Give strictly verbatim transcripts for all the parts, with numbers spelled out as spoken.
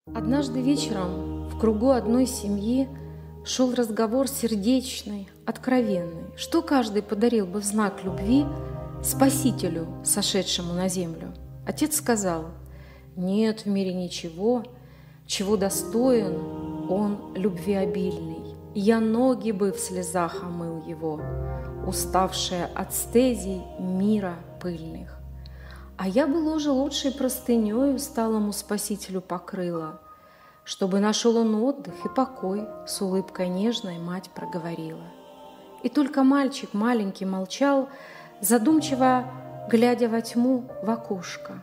Однажды вечером в кругу одной семьи шел разговор сердечный, откровенный, что каждый подарил бы в знак любви Спасителю, сошедшему на землю. Отец сказал: «Нет в мире ничего, чего достоин он любвеобильный. Я ноги бы в слезах омыл его, уставшая от стезий мира пыльных. А я бы ложе лучшей простынёю сталому Спасителю покрыла, чтобы нашел он отдых и покой», — с улыбкой нежной мать проговорила. И только мальчик маленький молчал, задумчиво глядя во тьму в окошко.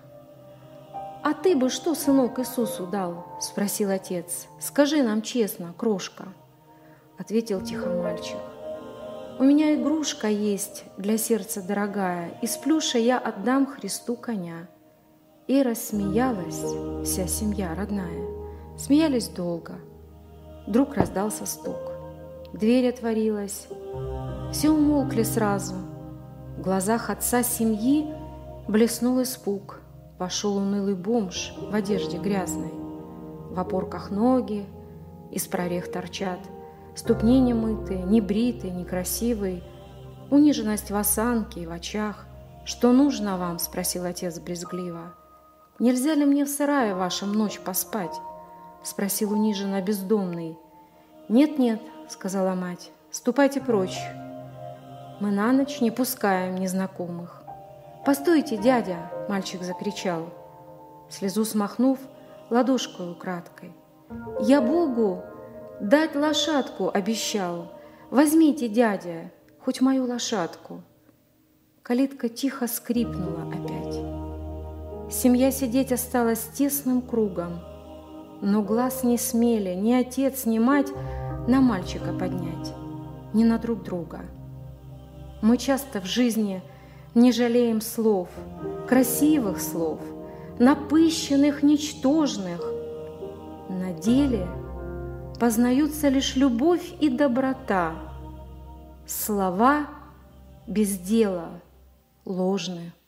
«А ты бы что, сынок, Иисусу дал?» — спросил отец. «Скажи нам честно, крошка». Ответил тихо мальчик: «У меня игрушка есть для сердца дорогая, из плюша я отдам Христу коня». И рассмеялась вся семья родная. Смеялись долго. Вдруг раздался стук. Дверь отворилась. Все умолкли сразу. В глазах отца семьи блеснул испуг. Вошел унылый бомж в одежде грязной. В опорках ноги из прорех торчат, ступни немытые, небритые, некрасивые, униженность в осанке и в очах. «Что нужно вам?» — спросил отец брезгливо. «Нельзя ли мне в сарае вашем ночь поспать?» — спросил униженно бездомный. «Нет-нет», — сказала мать, — «ступайте прочь. Мы на ночь не пускаем незнакомых». «Постойте, дядя!» — мальчик закричал, слезу смахнув ладошкой украдкой. «Я Богу дать лошадку обещал. Возьмите, дядя, хоть мою лошадку». Калитка тихо скрипнула опять. Семья сидеть осталась тесным кругом, но глаз не смели ни отец, ни мать на мальчика поднять, ни на друг друга. Мы часто в жизни не жалеем слов, красивых слов, напыщенных, ничтожных. На деле познаются лишь любовь и доброта. Слова без дела ложны.